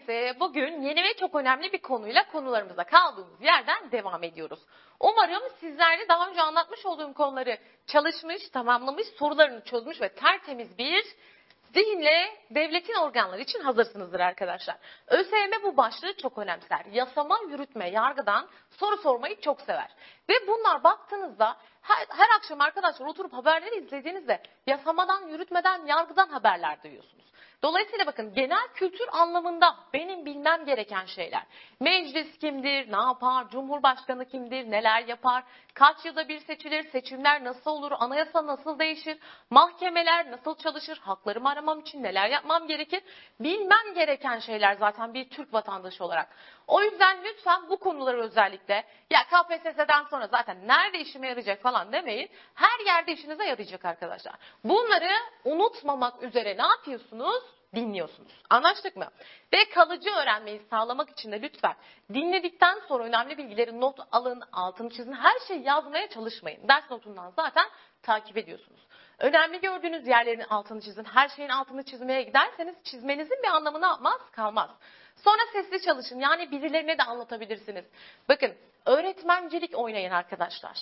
herkese. Bugün yeni ve çok önemli bir konuyla konularımıza kaldığımız yerden devam ediyoruz. Umarım sizler de daha önce anlatmış olduğum konuları çalışmış, tamamlamış, sorularını çözmüş ve tertemiz bir zihinle devletin organları için hazırsınızdır arkadaşlar. ÖSYM bu başlığı çok önemser. Yasama, yürütme, yargıdan soru sormayı çok sever. Ve bunlar baktığınızda her akşam arkadaşlar oturup haberleri izlediğinizde yasamadan, yürütmeden, yargıdan haberler duyuyorsunuz. Dolayısıyla bakın genel kültür anlamında benim bilmem gereken şeyler. Meclis kimdir, ne yapar, Cumhurbaşkanı kimdir, neler yapar, kaç yılda bir seçilir, seçimler nasıl olur, anayasa nasıl değişir, mahkemeler nasıl çalışır, haklarımı aramam için neler yapmam gerekir. Bilmem gereken şeyler zaten bir Türk vatandaşı olarak. O yüzden lütfen bu konuları özellikle ya KPSS'den sonra zaten nerede işime yarayacak falan demeyin. Her yerde işinize yarayacak arkadaşlar. Bunları unutmamak üzere ne yapıyorsunuz? Dinliyorsunuz. Anlaştık mı? Ve kalıcı öğrenmeyi sağlamak için de lütfen dinledikten sonra önemli bilgileri not alın, altını çizin. Her şeyi yazmaya çalışmayın. Ders notundan zaten takip ediyorsunuz. Önemli gördüğünüz yerlerin altını çizin. Her şeyin altını çizmeye giderseniz çizmenizin bir anlamı ne yapmaz? Kalmaz. Sonra sesli çalışın. Yani birilerine de anlatabilirsiniz. Bakın öğretmencilik oynayın arkadaşlar.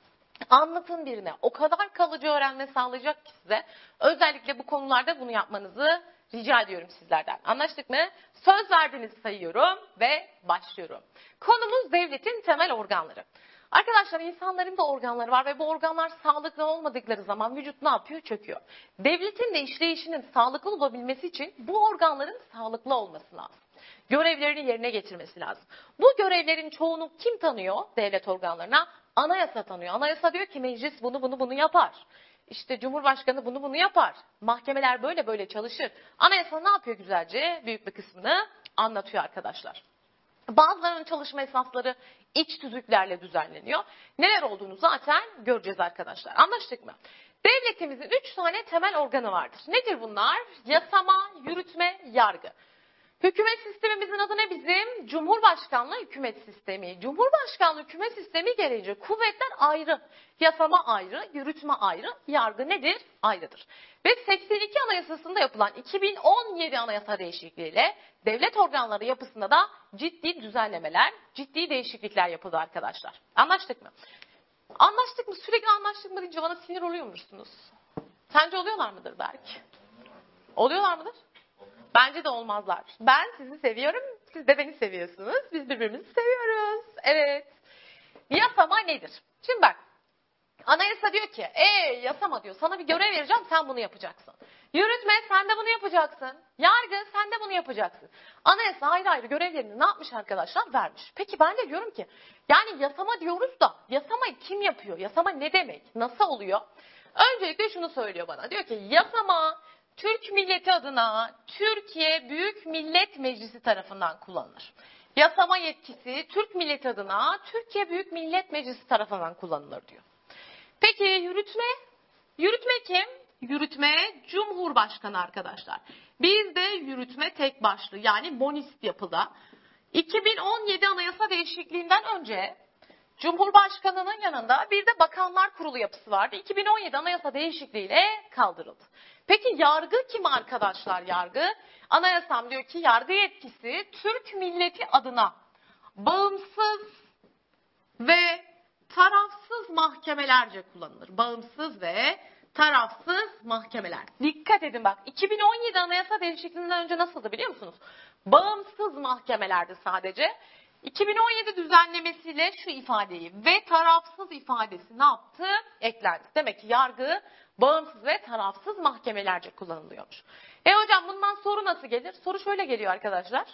Anlatın birine. O kadar kalıcı öğrenme sağlayacak ki size. Özellikle bu konularda bunu yapmanızı rica ediyorum sizlerden. Anlaştık mı? Söz verdiğinizi sayıyorum ve başlıyorum. Konumuz devletin temel organları. Arkadaşlar insanların da organları var ve bu organlar sağlıklı olmadıkları zaman vücut ne yapıyor? Çöküyor. Devletin de işleyişinin sağlıklı olabilmesi için bu organların sağlıklı olması lazım. Görevlerini yerine getirmesi lazım. Bu görevlerin çoğunu kim tanıyor devlet organlarına? Anayasa tanıyor. Anayasa diyor ki meclis bunu yapar. İşte Cumhurbaşkanı bunu yapar. Mahkemeler böyle çalışır. Anayasa ne yapıyor güzelce? Büyük bir kısmını anlatıyor arkadaşlar. Bazılarının çalışma esasları iç tüzüklerle düzenleniyor. Neler olduğunu zaten göreceğiz arkadaşlar. Anlaştık mı? Devletimizin 3 tane temel organı vardır. Nedir bunlar? Yasama, yürütme, yargı. Hükümet sistemimizin adı ne bizim? Cumhurbaşkanlığı hükümet sistemi. Cumhurbaşkanlığı hükümet sistemi gereğince kuvvetler ayrı. Yasama ayrı, yürütme ayrı, yargı nedir? Ayrıdır. Ve 82 Anayasası'nda yapılan 2017 anayasa değişikliğiyle devlet organları yapısında da ciddi düzenlemeler, ciddi değişiklikler yapıldı arkadaşlar. Anlaştık mı? Anlaştık mı? Sürekli anlaştık mı deyince bana sinir oluyormuşsunuz. Sence oluyorlar mıdır belki? Oluyorlar mıdır? Bence de olmazlar. Ben sizi seviyorum, siz de beni seviyorsunuz. Biz birbirimizi seviyoruz. Evet. Yasama nedir? Şimdi bak, anayasa diyor ki, yasama diyor, sana bir görev vereceğim, sen bunu yapacaksın. Yürütme, sen de bunu yapacaksın. Yargı, sen de bunu yapacaksın. Anayasa ayrı ayrı görevlerini ne yapmış arkadaşlar? Vermiş. Peki ben de diyorum ki, yani yasama diyoruz da, yasamayı kim yapıyor? Yasama ne demek? Nasıl oluyor? Öncelikle şunu söylüyor bana, diyor ki, yasama Türk milleti adına Türkiye Büyük Millet Meclisi tarafından kullanılır. Yasama yetkisi Türk milleti adına Türkiye Büyük Millet Meclisi tarafından kullanılır diyor. Peki yürütme? Yürütme kim? Yürütme Cumhurbaşkanı arkadaşlar. Bizde yürütme tek başlı yani monist yapıda. 2017 anayasa değişikliğinden önce Cumhurbaşkanının yanında bir de Bakanlar Kurulu yapısı vardı. 2017 anayasa değişikliğiyle kaldırıldı. Peki yargı kim arkadaşlar yargı? Anayasam diyor ki yargı yetkisi Türk milleti adına bağımsız ve tarafsız mahkemelerce kullanılır. Bağımsız ve tarafsız mahkemeler. Dikkat edin bak 2017 anayasa değişikliğinden önce nasıldı biliyor musunuz? Bağımsız mahkemelerdi sadece. 2017 düzenlemesiyle şu ifadeyi ve tarafsız ifadesi ne yaptı? Eklendi. Demek ki yargı bağımsız ve tarafsız mahkemelerce kullanılıyormuş. Hocam bundan soru nasıl gelir? Soru şöyle geliyor arkadaşlar.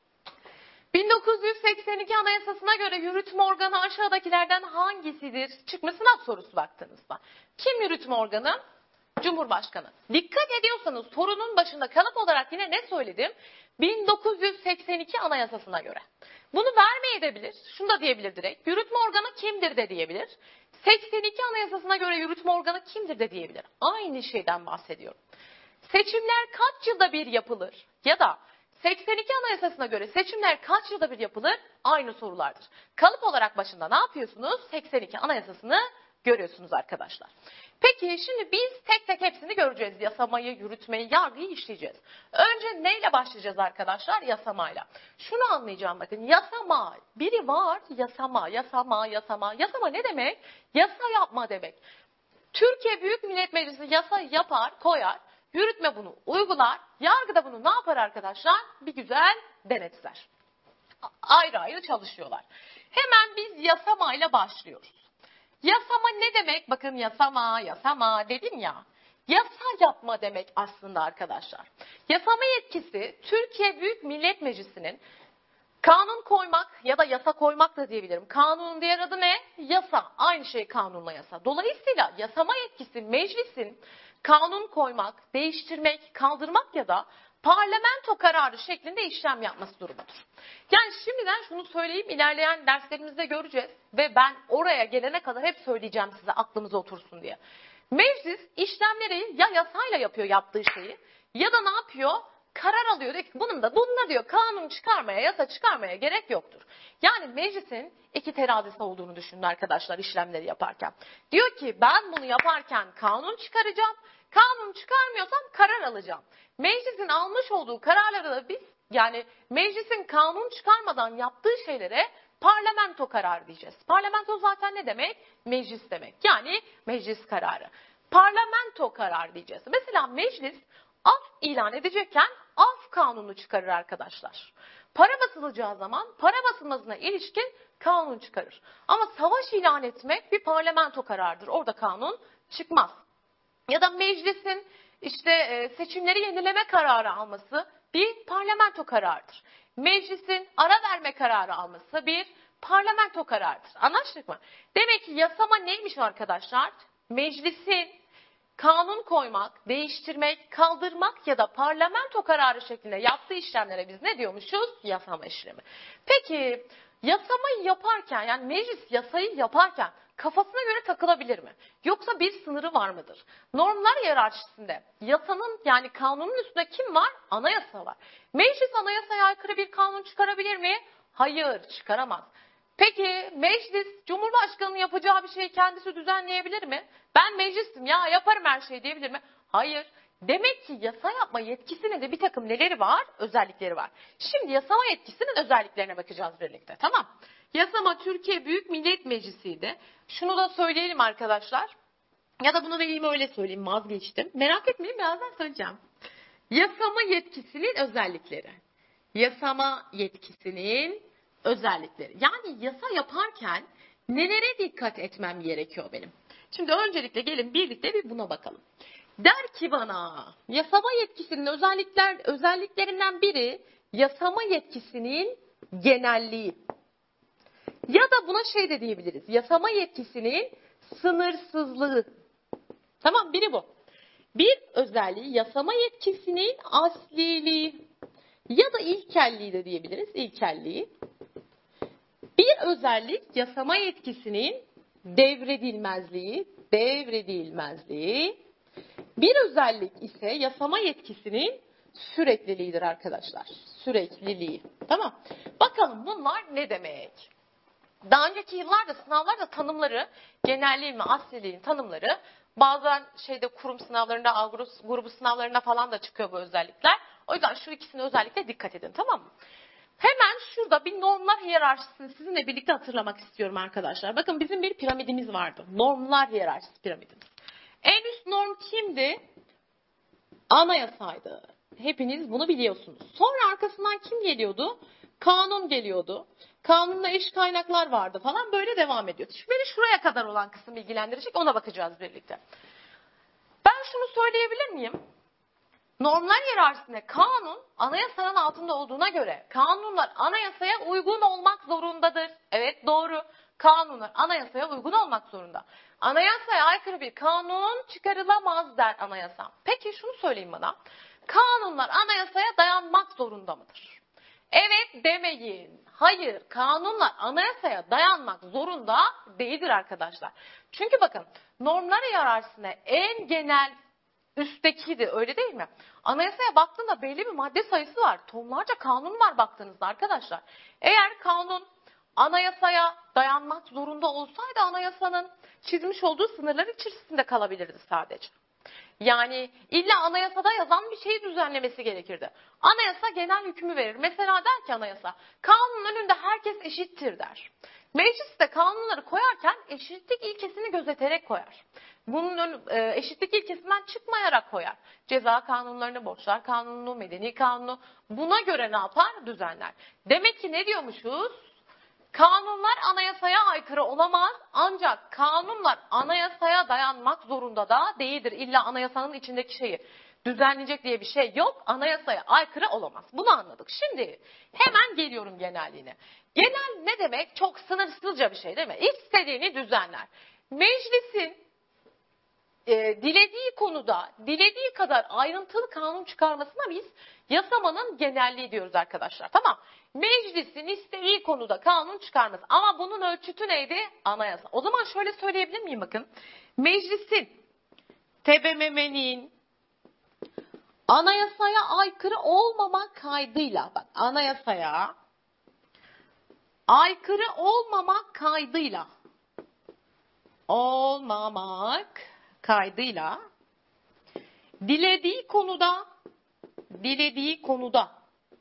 1982 Anayasası'na göre yürütme organı aşağıdakilerden hangisidir? Çıkmış sınav sorusu baktığınızda. Kim yürütme organı? Cumhurbaşkanı. Dikkat ediyorsanız sorunun başında kalıp olarak yine ne söyledim? 1982 Anayasası'na göre. Bunu vermeyebilir. Şunu da diyebilir direkt. Yürütme organı kimdir de diyebilir. 82 Anayasası'na göre yürütme organı kimdir de diyebilir. Aynı şeyden bahsediyorum. Seçimler kaç yılda bir yapılır? Ya da 82 Anayasası'na göre seçimler kaç yılda bir yapılır? Aynı sorulardır. Kalıp olarak başında ne yapıyorsunuz? 82 Anayasası'nı görüyorsunuz arkadaşlar. Peki şimdi biz tek tek hepsini göreceğiz. Yasamayı, yürütmeyi, yargıyı işleyeceğiz. Önce neyle başlayacağız arkadaşlar? Yasamayla. Şunu anlayacağım bakın. Yasama. Biri var. Yasama, yasama, yasama. Yasama ne demek? Yasa yapma demek. Türkiye Büyük Millet Meclisi yasa yapar, koyar. Yürütme bunu uygular. Yargı da bunu ne yapar arkadaşlar? Bir güzel denetler. Ayrı ayrı çalışıyorlar. Hemen biz yasamayla başlıyoruz. Yasama ne demek? Bakın yasama, yasama dedim ya. Yasa yapma demek aslında arkadaşlar. Yasama yetkisi Türkiye Büyük Millet Meclisi'nin kanun koymak ya da yasa koymak da diyebilirim. Kanunun diğer adı ne? Yasa. Aynı şey kanunla yasa. Dolayısıyla yasama yetkisi meclisin kanun koymak, değiştirmek, kaldırmak ya da parlamento kararı şeklinde işlem yapması durumudur. Yani şimdiden şunu söyleyeyim, ilerleyen derslerimizde göreceğiz ve ben oraya gelene kadar hep söyleyeceğim size aklımıza otursun diye. Meclis işlemleri ya yasayla yapıyor yaptığı şeyi ya da ne yapıyor? Karar alıyor. Diyor ki bununla diyor kanun çıkarmaya, yasa çıkarmaya gerek yoktur. Yani meclisin iki terazisi olduğunu düşünün arkadaşlar işlemleri yaparken. Diyor ki ben bunu yaparken kanun çıkaracağım. Kanun çıkarmıyorsam karar alacağım. Meclisin almış olduğu kararları da biz yani meclisin kanun çıkarmadan yaptığı şeylere parlamento kararı diyeceğiz. Parlamento zaten ne demek? Meclis demek. Yani meclis kararı. Parlamento kararı diyeceğiz. Mesela meclis af ilan edecekken af kanunu çıkarır arkadaşlar. Para basılacağı zaman para basılmasına ilişkin kanun çıkarır. Ama savaş ilan etmek bir parlamento kararıdır. Orada kanun çıkmaz. Ya da meclisin seçimleri yenileme kararı alması bir parlamento kararıdır. Meclisin ara verme kararı alması bir parlamento kararıdır. Anlaştık mı? Demek ki yasama neymiş arkadaşlar? Meclisin kanun koymak, değiştirmek, kaldırmak ya da parlamento kararı şeklinde yaptığı işlemlere biz ne diyormuşuz? Yasama işlemi. Peki yasamayı yaparken yani meclis yasayı yaparken kafasına göre takılabilir mi? Yoksa bir sınırı var mıdır? Normlar hiyerarşisinde yasanın yani kanunun üstünde kim var? Anayasa var. Meclis anayasaya aykırı bir kanun çıkarabilir mi? Hayır, çıkaramaz. Peki meclis Cumhurbaşkanı'nın yapacağı bir şeyi kendisi düzenleyebilir mi? Ben meclisim ya yaparım her şeyi diyebilir mi? Hayır. Demek ki yasa yapma yetkisinin de bir takım neleri var? Özellikleri var. Şimdi yasama yetkisinin özelliklerine bakacağız birlikte. Tamam. Yasama Türkiye Büyük Millet Meclisi'ydi. Şunu da söyleyelim arkadaşlar. Ya da bunu vereyim öyle söyleyeyim vazgeçtim. Merak etmeyin birazdan söyleyeceğim. Yasama yetkisinin özellikleri. Yasama yetkisinin özellikleri. Yani yasa yaparken nelere dikkat etmem gerekiyor benim? Şimdi öncelikle gelin birlikte bir buna bakalım. Der ki bana yasama yetkisinin özelliklerinden biri yasama yetkisinin genelliği. Ya da buna şey de diyebiliriz. Yasama yetkisinin sınırsızlığı. Tamam biri bu. Bir özelliği yasama yetkisinin asliliği ya da ilkelliği de diyebiliriz. İlkelliği. Bir özellik yasama yetkisinin devredilmezliği. Bir özellik ise yasama yetkisinin sürekliliğidir arkadaşlar. Sürekliliği. Tamam. Bakalım bunlar ne demek? Daha önceki yıllarda sınavlarda tanımları, genelliğin ve asliliğin tanımları bazen kurum sınavlarında, A grubu sınavlarında falan da çıkıyor bu özellikler. O yüzden şu ikisine özellikle dikkat edin, tamam mı? Hemen şurada bir normlar hiyerarşisini sizinle birlikte hatırlamak istiyorum arkadaşlar. Bakın bizim bir piramidimiz vardı. Normlar hiyerarşisi piramidimiz. En üst norm kimdi? Anayasaydı. Hepiniz bunu biliyorsunuz. Sonra arkasından kim geliyordu? Kanun geliyordu. Kanunla eş kaynaklar vardı falan böyle devam ediyor. Şimdi beni şuraya kadar olan kısım ilgilendirecek ona bakacağız birlikte. Ben şunu söyleyebilir miyim? Normlar hiyerarşisinde kanun anayasanın altında olduğuna göre kanunlar anayasaya uygun olmak zorundadır. Evet doğru. Kanunlar anayasaya uygun olmak zorunda. Anayasaya aykırı bir kanun çıkarılamaz der anayasa. Peki şunu söyleyin bana. Kanunlar anayasaya dayanmak zorunda mıdır? Evet demeyin. Hayır, kanunlar anayasaya dayanmak zorunda değildir arkadaşlar. Çünkü bakın normlar hiyerarşisinde en genel üsttekiydi öyle değil mi? Anayasaya baktığında belli bir madde sayısı var. Tonlarca kanun var baktığınızda arkadaşlar. Eğer kanun anayasaya dayanmak zorunda olsaydı anayasanın çizmiş olduğu sınırlar içerisinde kalabilirdi sadece. Yani illa anayasada yazan bir şeyi düzenlemesi gerekirdi. Anayasa genel hükmü verir. Mesela der ki anayasa, kanunun önünde herkes eşittir der. Meclis de kanunları koyarken eşitlik ilkesini gözeterek koyar. Bunun eşitlik ilkesinden çıkmayarak koyar. Ceza kanunlarını, borçlar kanununu, medeni kanunu buna göre ne yapar? Düzenler. Demek ki ne diyormuşuz? Kanunlar anayasaya aykırı olamaz ancak kanunlar anayasaya dayanmak zorunda da değildir. İlla anayasanın içindeki şeyi düzenleyecek diye bir şey yok. Anayasaya aykırı olamaz. Bunu anladık. Şimdi hemen geliyorum genelliğine. Genel ne demek? Çok sınırsızca bir şey değil mi? İstediğini düzenler. Meclisin dilediği konuda, dilediği kadar ayrıntılı kanun çıkarmasına biz yasamanın genelliği diyoruz arkadaşlar. Tamam. Meclisin istediği konuda kanun çıkarması. Ama bunun ölçütü neydi? Anayasa. O zaman şöyle söyleyebilir miyim bakın. Meclisin, TBMM'nin anayasaya aykırı olmamak kaydıyla, bak anayasaya aykırı olmamak kaydıyla dilediği konuda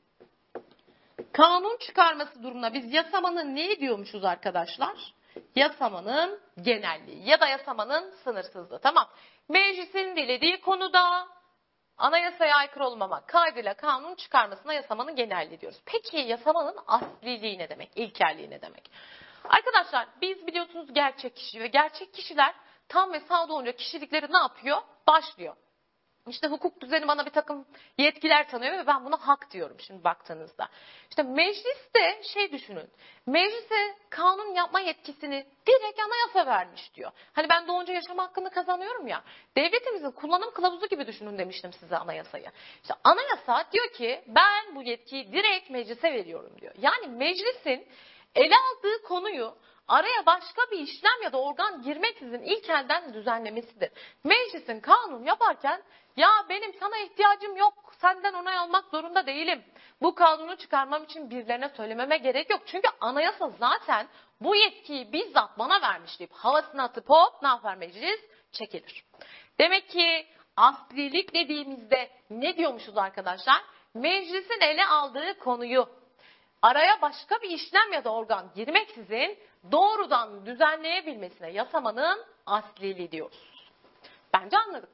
kanun çıkarması durumunda biz yasamanın ne diyormuşuz arkadaşlar? Yasamanın genelliği ya da yasamanın sınırsızlığı. Tamam. Meclisin dilediği konuda anayasaya aykırı olmamak kaydıyla kanun çıkarmasına yasamanın genelliği diyoruz. Peki yasamanın asliliği ne demek? İlkelliği ne demek? Arkadaşlar biz biliyorsunuz gerçek kişi ve gerçek kişiler tam ve sağ olunca kişilikleri ne yapıyor? Başlıyor. İşte hukuk düzeni bana bir takım yetkiler tanıyor ve ben buna hak diyorum şimdi baktığınızda. İşte mecliste düşünün. Meclise kanun yapma yetkisini direkt anayasa vermiş diyor. Hani ben doğunca yaşam hakkını kazanıyorum ya. Devletimizin kullanım kılavuzu gibi düşünün demiştim size anayasayı. İşte anayasa diyor ki ben bu yetkiyi direkt meclise veriyorum diyor. Yani meclisin ele aldığı konuyu araya başka bir işlem ya da organ girmeksizin ilk elden düzenlemesidir. Meclisin kanun yaparken ya benim sana ihtiyacım yok, senden onay almak zorunda değilim. Bu kanunu çıkarmam için birilerine söylememe gerek yok. Çünkü anayasa zaten bu yetkiyi bizzat bana vermiş deyip havasını atıp hop ne yapar meclis? Çekilir. Demek ki aslilik dediğimizde ne diyormuşuz arkadaşlar? Meclisin ele aldığı konuyu araya başka bir işlem ya da organ girmeksizin doğrudan düzenleyebilmesine yasamanın asliliği diyoruz. Bence anladık.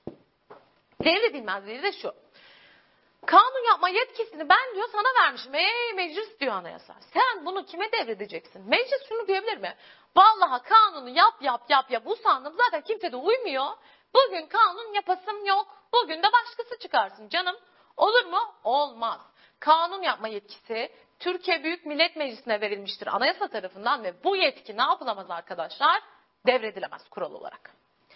Devredilmezliği de şu. Kanun yapma yetkisini ben diyor sana vermişim. Meclis diyor anayasa. Sen bunu kime devredeceksin? Meclis şunu diyebilir mi? Vallahi kanunu yap bu sandım. Zaten kimse de uymuyor. Bugün kanun yapasım yok. Bugün de başkası çıkarsın canım. Olur mu? Olmaz. Kanun yapma yetkisi Türkiye Büyük Millet Meclisi'ne verilmiştir anayasa tarafından ve bu yetki ne yapılamaz arkadaşlar? Devredilemez kural olarak.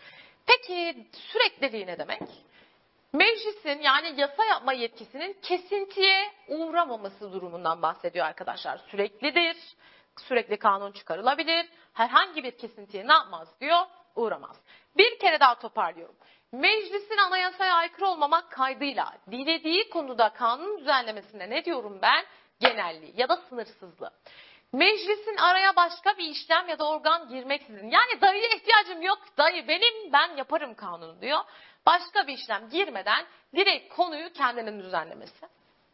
Peki sürekliliği ne demek? Meclisin yani yasa yapma yetkisinin kesintiye uğramaması durumundan bahsediyor arkadaşlar. Süreklidir, sürekli kanun çıkarılabilir, herhangi bir kesintiye ne yapmaz diyor? Uğramaz. Bir kere daha toparlıyorum. Meclisin anayasaya aykırı olmamak kaydıyla dilediği konuda kanun düzenlemesinde ne diyorum ben? Genelliği ya da sınırsızlığı. Meclisin araya başka bir işlem ya da organ girmeksizin yani dayıya ihtiyacım yok dayı ben yaparım kanunu diyor. Başka bir işlem girmeden direkt konuyu kendinin düzenlemesi.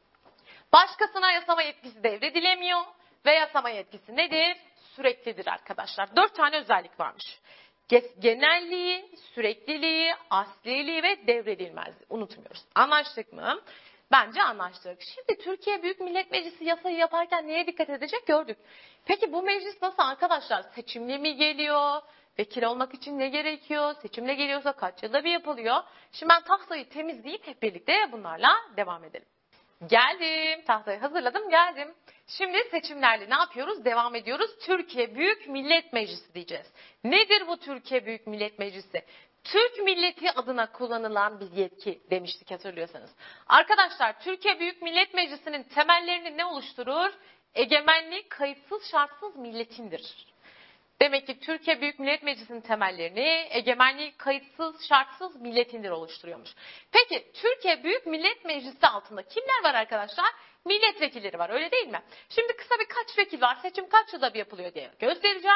Başkasına yasama yetkisi devredilemiyor ve yasama yetkisi nedir? Süreklidir arkadaşlar. 4 tane özellik varmış. Genelliği, sürekliliği, asliliği ve devredilmezliği. Unutmuyoruz. Anlaştık mı? Bence anlaştık. Şimdi Türkiye Büyük Millet Meclisi yasayı yaparken neye dikkat edecek gördük. Peki bu meclis nasıl arkadaşlar? Seçimli mi geliyor? Vekil olmak için ne gerekiyor? Seçimle geliyorsa kaç yılda bir yapılıyor? Şimdi ben tahtayı temizleyip hep birlikte bunlarla devam edelim. Geldim. Tahtayı hazırladım geldim. Şimdi seçimlerle ne yapıyoruz? Devam ediyoruz. Türkiye Büyük Millet Meclisi diyeceğiz. Nedir bu Türkiye Büyük Millet Meclisi? Türk milleti adına kullanılan bir yetki demiştik hatırlıyorsanız. Arkadaşlar Türkiye Büyük Millet Meclisi'nin temellerini ne oluşturur? Egemenlik kayıtsız şartsız milletindir. Demek ki Türkiye Büyük Millet Meclisi'nin temellerini egemenlik kayıtsız şartsız milletindir oluşturuyormuş. Peki Türkiye Büyük Millet Meclisi altında kimler var arkadaşlar? Milletvekilleri var öyle değil mi? Şimdi kısa birkaç vekil var seçim kaç yılda bir yapılıyor diye göstereceğim.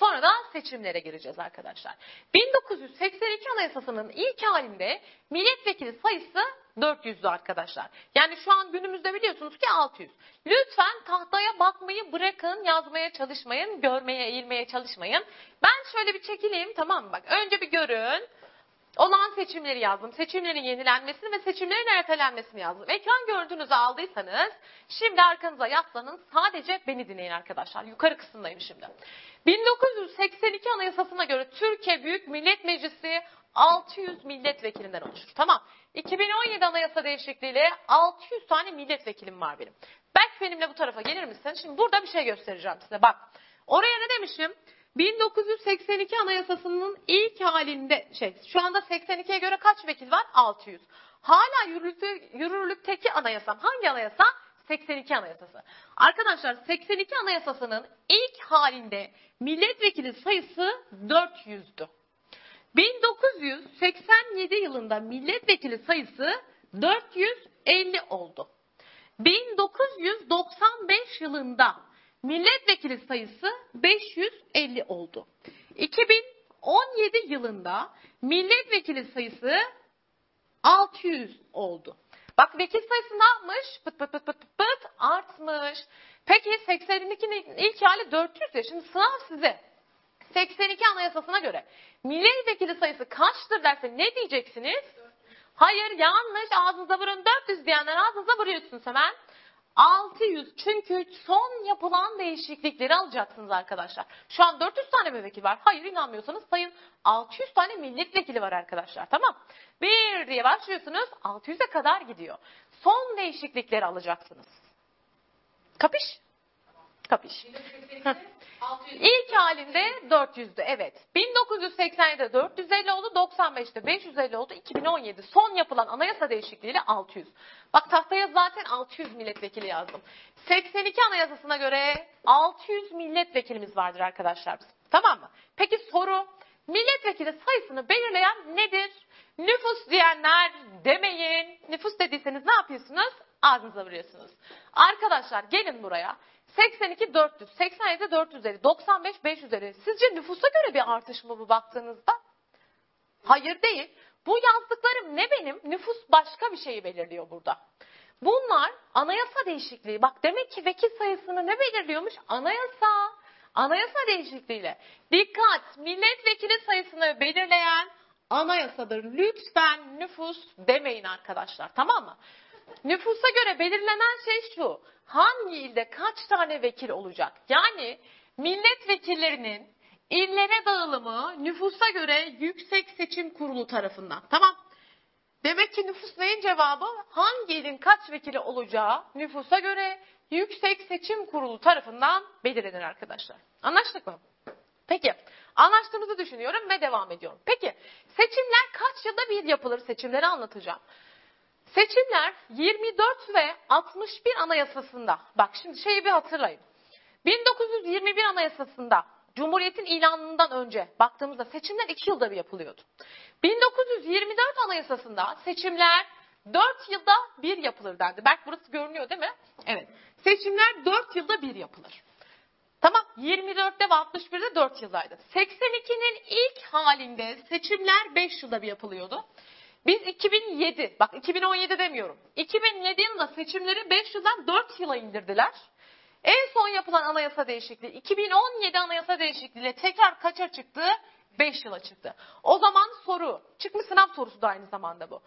Sonra da seçimlere gireceğiz arkadaşlar. 1982 Anayasası'nın ilk halinde milletvekili sayısı 400'dü arkadaşlar. Yani şu an günümüzde biliyorsunuz ki 600. Lütfen tahtaya bakmayı bırakın, yazmaya çalışmayın, görmeye, eğilmeye çalışmayın. Ben şöyle bir çekileyim, tamam mı? Bak önce bir görün. Olan seçimleri yazdım. Seçimlerin yenilenmesini ve seçimlerin ertelenmesini yazdım. Ekran gördüğünüzü aldıysanız şimdi arkanıza yaslanın. Sadece beni dinleyin arkadaşlar. Yukarı kısımdayım şimdi. 1982 Anayasası'na göre Türkiye Büyük Millet Meclisi 600 milletvekilinden oluşur. Tamam. 2017 Anayasa değişikliğiyle 600 tane milletvekilim var benim. Belki benimle bu tarafa gelir misin? Şimdi burada bir şey göstereceğim size. Bak. Oraya ne demişim? 1982 Anayasası'nın ilk halinde şu anda 82'ye göre kaç vekil var? 600. Hala yürürlükteki anayasam hangi anayasa? 82 Anayasası. Arkadaşlar 82 Anayasası'nın ilk halinde milletvekili sayısı 400'dü. 1987 yılında milletvekili sayısı 450 oldu. 1995 yılında milletvekili sayısı 550 oldu. 2017 yılında milletvekili sayısı 600 oldu. Bak vekil sayısı ne yapmış? Pıt pıt pıt pıt pıt artmış. Peki 82'nin ilk hali 400 ya. Şimdi sınav size. 82 Anayasası'na göre milletvekili sayısı kaçtır derse ne diyeceksiniz? Hayır yanlış, ağzınıza vurun, 400 diyenler ağzınıza vuruyorsunuz hemen. 600 çünkü son yapılan değişiklikleri alacaksınız arkadaşlar. Şu an 400 tane mi vekil var? Hayır, inanmıyorsanız sayın, 600 tane milletvekili var arkadaşlar, tamam. 1 diye başlıyorsunuz 600'e kadar gidiyor. Son değişiklikleri alacaksınız. Kapış? Kapış. İlk halinde 400'dü, evet. 1980'de 450 oldu, 95'te 550 oldu, 2017 son yapılan anayasa değişikliğiyle 600. Bak tahtaya zaten 600 milletvekili yazdım. 82 Anayasası'na göre 600 milletvekilimiz vardır arkadaşlar bizim. Tamam mı? Peki soru, milletvekili sayısını belirleyen nedir? Nüfus diyenler demeyin. Nüfus dediyseniz ne yapıyorsunuz? Ağzınıza vuruyorsunuz. Arkadaşlar gelin buraya. 82 400, 87 450, 95 550. Sizce nüfusa göre bir artış mı bu baktığınızda? Hayır değil. Bu yazdıklarım ne benim? Nüfus başka bir şeyi belirliyor burada. Bunlar anayasa değişikliği. Bak demek ki vekil sayısını ne belirliyormuş? Anayasa. Anayasa değişikliğiyle. Dikkat! Milletvekili sayısını belirleyen anayasadır. Lütfen nüfus demeyin arkadaşlar. Tamam mı? Nüfusa göre belirlenen şey şu. Hangi ilde kaç tane vekil olacak? Yani milletvekillerinin illere dağılımı nüfusa göre Yüksek Seçim Kurulu tarafından. Tamam. Demek ki nüfus neyin cevabı? Hangi ilin kaç vekili olacağı nüfusa göre Yüksek Seçim Kurulu tarafından belirlenir arkadaşlar. Anlaştık mı? Peki. Anlaştığımızı düşünüyorum ve devam ediyorum. Peki. Seçimler kaç yılda bir yapılır? Seçimleri anlatacağım. Seçimler 24 ve 61 Anayasası'nda, bak şimdi şeyi bir hatırlayın. 1921 Anayasası'nda Cumhuriyet'in ilanından önce baktığımızda seçimler 2 yılda bir yapılıyordu. 1924 Anayasası'nda seçimler 4 yılda bir yapılır dendi. Belki burası görünüyor değil mi? Evet. Seçimler 4 yılda bir yapılır. Tamam, 24'te ve 61'de 4 yıldaydı. 82'nin ilk halinde seçimler 5 yılda bir yapılıyordu. Biz 2007, bak 2017 demiyorum. 2007 yılında seçimleri 5 yıldan 4 yıla indirdiler. En son yapılan anayasa değişikliği 2017 anayasa değişikliğiyle tekrar kaça çıktı? 5 yıla çıktı. O zaman soru, çıkmış sınav sorusu da aynı zamanda bu.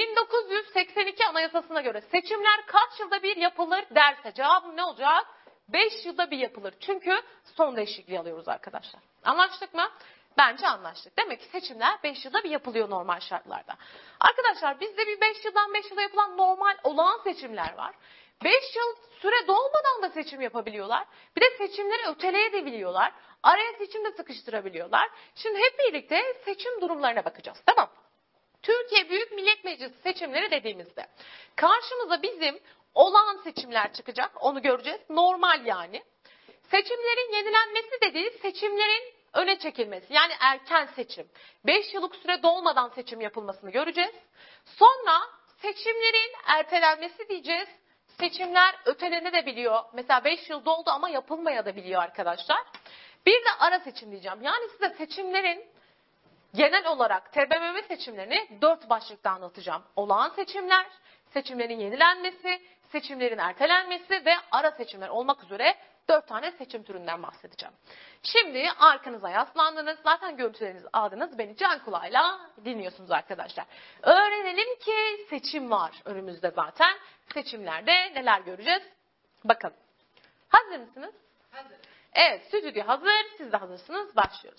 1982 Anayasası'na göre seçimler kaç yılda bir yapılır derse cevabım ne olacak? 5 yılda bir yapılır. Çünkü son değişikliği alıyoruz arkadaşlar. Anlaştık mı? Bence anlaştık. Demek ki seçimler 5 yılda bir yapılıyor normal şartlarda. Arkadaşlar bizde bir 5 yıldan 5 yıla yapılan normal olağan seçimler var. 5 yıl süre dolmadan da seçim yapabiliyorlar. Bir de seçimleri öteleyebiliyorlar. Araya seçim de sıkıştırabiliyorlar. Şimdi hep birlikte seçim durumlarına bakacağız. Tamam. Türkiye Büyük Millet Meclisi seçimleri dediğimizde karşımıza bizim olağan seçimler çıkacak. Onu göreceğiz. Normal yani. Seçimlerin yenilenmesi dediği seçimlerin öne çekilmesi, yani erken seçim. 5 yıllık süre dolmadan seçim yapılmasını göreceğiz. Sonra seçimlerin ertelenmesi diyeceğiz. Seçimler ötelenebiliyor. Mesela 5 yıl doldu ama yapılmayabiliyor arkadaşlar. Bir de ara seçim diyeceğim. Yani size seçimlerin genel olarak TBMM seçimlerini 4 başlıkta anlatacağım. Olağan seçimler, seçimlerin yenilenmesi, seçimlerin ertelenmesi ve ara seçimler olmak üzere 4 tane seçim türünden bahsedeceğim. Şimdi arkanıza yaslandınız. Zaten görüntülerinizi aldınız. Beni can kulağıyla dinliyorsunuz arkadaşlar. Öğrenelim ki seçim var önümüzde zaten. Seçimlerde neler göreceğiz? Bakalım. Hazır mısınız? Hazır. Evet, stüdyo hazır. Siz de hazırsınız. Başlıyoruz.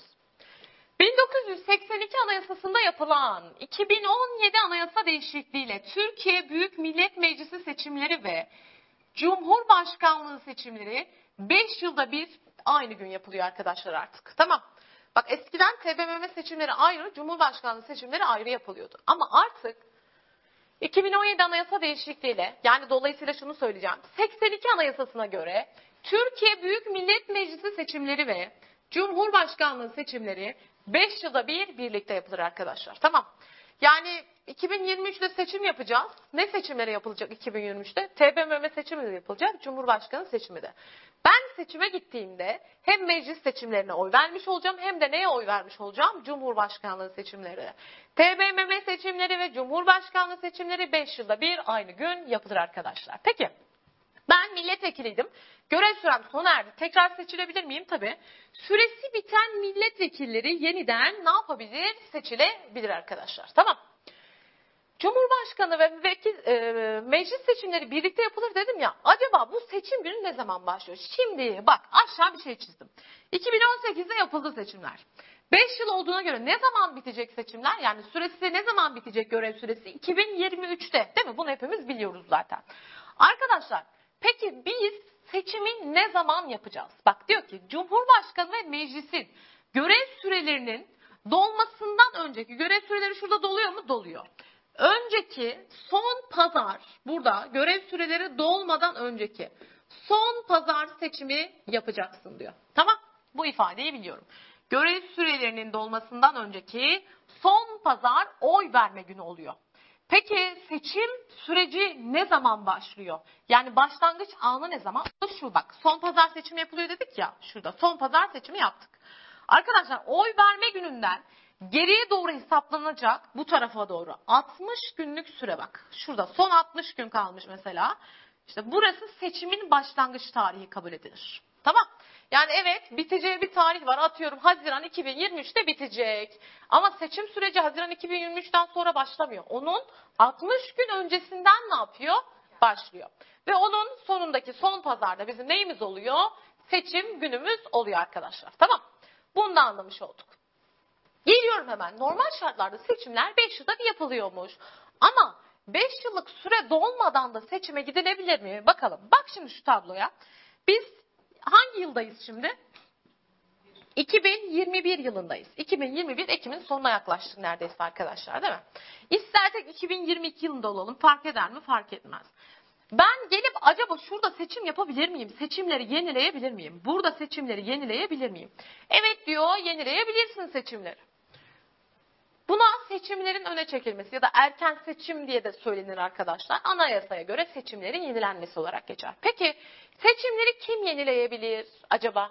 1982 Anayasası'nda yapılan 2017 Anayasa değişikliğiyle Türkiye Büyük Millet Meclisi seçimleri ve Cumhurbaşkanlığı seçimleri 5 yılda bir aynı gün yapılıyor arkadaşlar artık. Tamam. Bak eskiden TBMM seçimleri ayrı, Cumhurbaşkanlığı seçimleri ayrı yapılıyordu. Ama artık 2017 Anayasa değişikliğiyle, yani dolayısıyla şunu söyleyeceğim. 82 Anayasası'na göre Türkiye Büyük Millet Meclisi seçimleri ve Cumhurbaşkanlığı seçimleri 5 yılda bir birlikte yapılır arkadaşlar. Tamam. Yani 2023'te seçim yapacağız. Ne seçimleri yapılacak 2023'te? TBMM seçimi de yapılacak, Cumhurbaşkanı seçimi de. Ben seçime gittiğimde hem meclis seçimlerine oy vermiş olacağım hem de neye oy vermiş olacağım? Cumhurbaşkanlığı seçimleri. TBMM seçimleri ve Cumhurbaşkanlığı seçimleri 5 yılda bir aynı gün yapılır arkadaşlar. Peki. Ben milletvekiliydim. Görev sürem sona erdi. Tekrar seçilebilir miyim? Tabii. Süresi biten milletvekilleri yeniden ne yapabilir? Seçilebilir arkadaşlar. Tamam. Cumhurbaşkanı ve meclis seçimleri birlikte yapılır dedim ya. Acaba bu seçim günü ne zaman başlıyor? Şimdi bak aşağı bir şey çizdim. 2018'de yapıldı seçimler. 5 yıl olduğuna göre ne zaman bitecek seçimler? Yani süresi ne zaman bitecek, görev süresi? 2023'te değil mi? Bunu hepimiz biliyoruz zaten. Arkadaşlar peki biz seçimi ne zaman yapacağız? Bak diyor ki Cumhurbaşkanı ve meclisin görev sürelerinin dolmasından önceki, görev süreleri şurada doluyor mu? Doluyor. Önceki son pazar, burada görev süreleri dolmadan önceki son pazar seçimi yapacaksın diyor. Tamam, bu ifadeyi biliyorum. Görev sürelerinin dolmasından önceki son pazar oy verme günü oluyor. Peki seçim süreci ne zaman başlıyor? Yani başlangıç anı ne zaman? Şu bak, son pazar seçimi yapılıyor dedik ya, şurada son pazar seçimi yaptık. Arkadaşlar oy verme gününden geriye doğru hesaplanacak, bu tarafa doğru 60 günlük süre bak. Şurada son 60 gün kalmış mesela. İşte burası seçimin başlangıç tarihi kabul edilir. Tamam. Yani evet, biteceği bir tarih var. Atıyorum Haziran 2023'te bitecek. Ama seçim süreci Haziran 2023'ten sonra başlamıyor. Onun 60 gün öncesinden ne yapıyor? Başlıyor. Ve onun sonundaki son pazarda bizim neyimiz oluyor? Seçim günümüz oluyor arkadaşlar. Tamam. Bunu da anlamış olduk. Geliyorum hemen. Normal şartlarda seçimler 5 yılda bir yapılıyormuş. Ama 5 yıllık süre dolmadan da seçime gidilebilir mi? Bakalım. Bak şimdi şu tabloya. Biz hangi yıldayız şimdi? 2021 yılındayız. 2021 Ekim'in sonuna yaklaştık neredeyse arkadaşlar, değil mi? İstersek 2022 yılında olalım. Fark eder mi? Fark etmez. Ben gelip acaba şurada seçim yapabilir miyim? Seçimleri yenileyebilir miyim? Burada seçimleri yenileyebilir miyim? Evet diyor, yenileyebilirsin seçimleri. Buna seçimlerin öne çekilmesi ya da erken seçim diye de söylenir arkadaşlar. Anayasaya göre seçimlerin yenilenmesi olarak geçer. Peki seçimleri kim yenileyebilir acaba?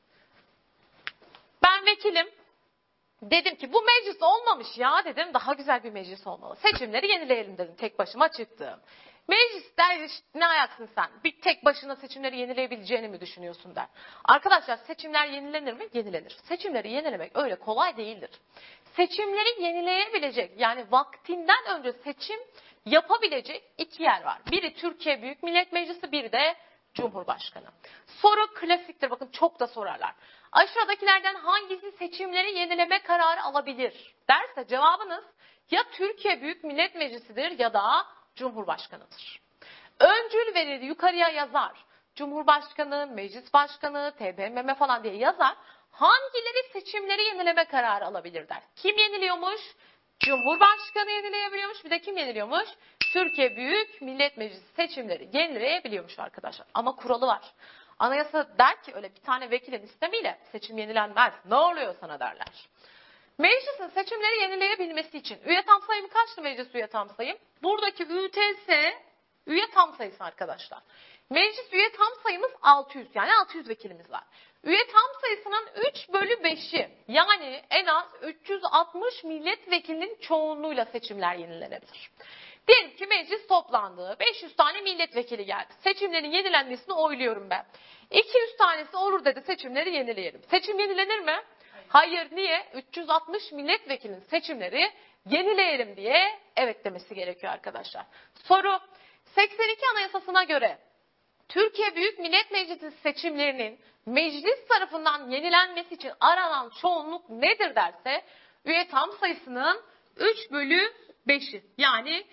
Ben vekilim. Dedim ki bu meclis olmamış ya dedim. Daha güzel bir meclis olmalı. Seçimleri yenileyelim dedim. Tek başıma çıktım. Meclis der ne ayaksın sen? Bir tek başına seçimleri yenileyebileceğini mi düşünüyorsun der. Arkadaşlar seçimler yenilenir mi? Yenilenir. Seçimleri yenilemek öyle kolay değildir. Seçimleri yenileyebilecek, yani vaktinden önce seçim yapabilecek iki yer var. Biri Türkiye Büyük Millet Meclisi, biri de Cumhurbaşkanı. Soru klasiktir, bakın çok da sorarlar. Aşağıdakilerden hangisi seçimleri yenileme kararı alabilir derse cevabınız ya Türkiye Büyük Millet Meclisi'dir ya da Cumhurbaşkanı'dır. Öncül verir, yukarıya yazar. Cumhurbaşkanı, meclis başkanı, TBMM falan diye yazar. Hangileri seçimleri yenileme kararı alabilir der. Kim yeniliyormuş? Cumhurbaşkanı yenileyebiliyormuş. Bir de kim yeniliyormuş? Türkiye Büyük Millet Meclisi seçimleri yenileyebiliyormuş arkadaşlar. Ama kuralı var. Anayasa der ki öyle bir tane vekilin istemiyle seçim yenilenmez. Ne oluyor sana derler. Meclisin seçimleri yenileyebilmesi için üye tam sayımı kaçtı meclis üye tam sayım? Buradaki ÜTS üye tam sayısı arkadaşlar. Meclis üye tam sayımız 600, yani 600 vekilimiz var. Üye tam sayısının 3 bölü 5'i yani en az 360 milletvekilinin çoğunluğuyla seçimler yenilenebilir. Diyelim ki meclis toplandı. 500 tane milletvekili geldi. Seçimlerin yenilenmesini oyluyorum ben. 200 tanesi olur dedi, seçimleri yenileyelim. Seçim yenilenir mi? Hayır. Niye? 360 milletvekilinin seçimleri yenileyelim diye evet demesi gerekiyor arkadaşlar. Soru: 82 Anayasası'na göre Türkiye Büyük Millet Meclisi seçimlerinin meclis tarafından yenilenmesi için aranan çoğunluk nedir derse üye tam sayısının 3 bölü 5'i yani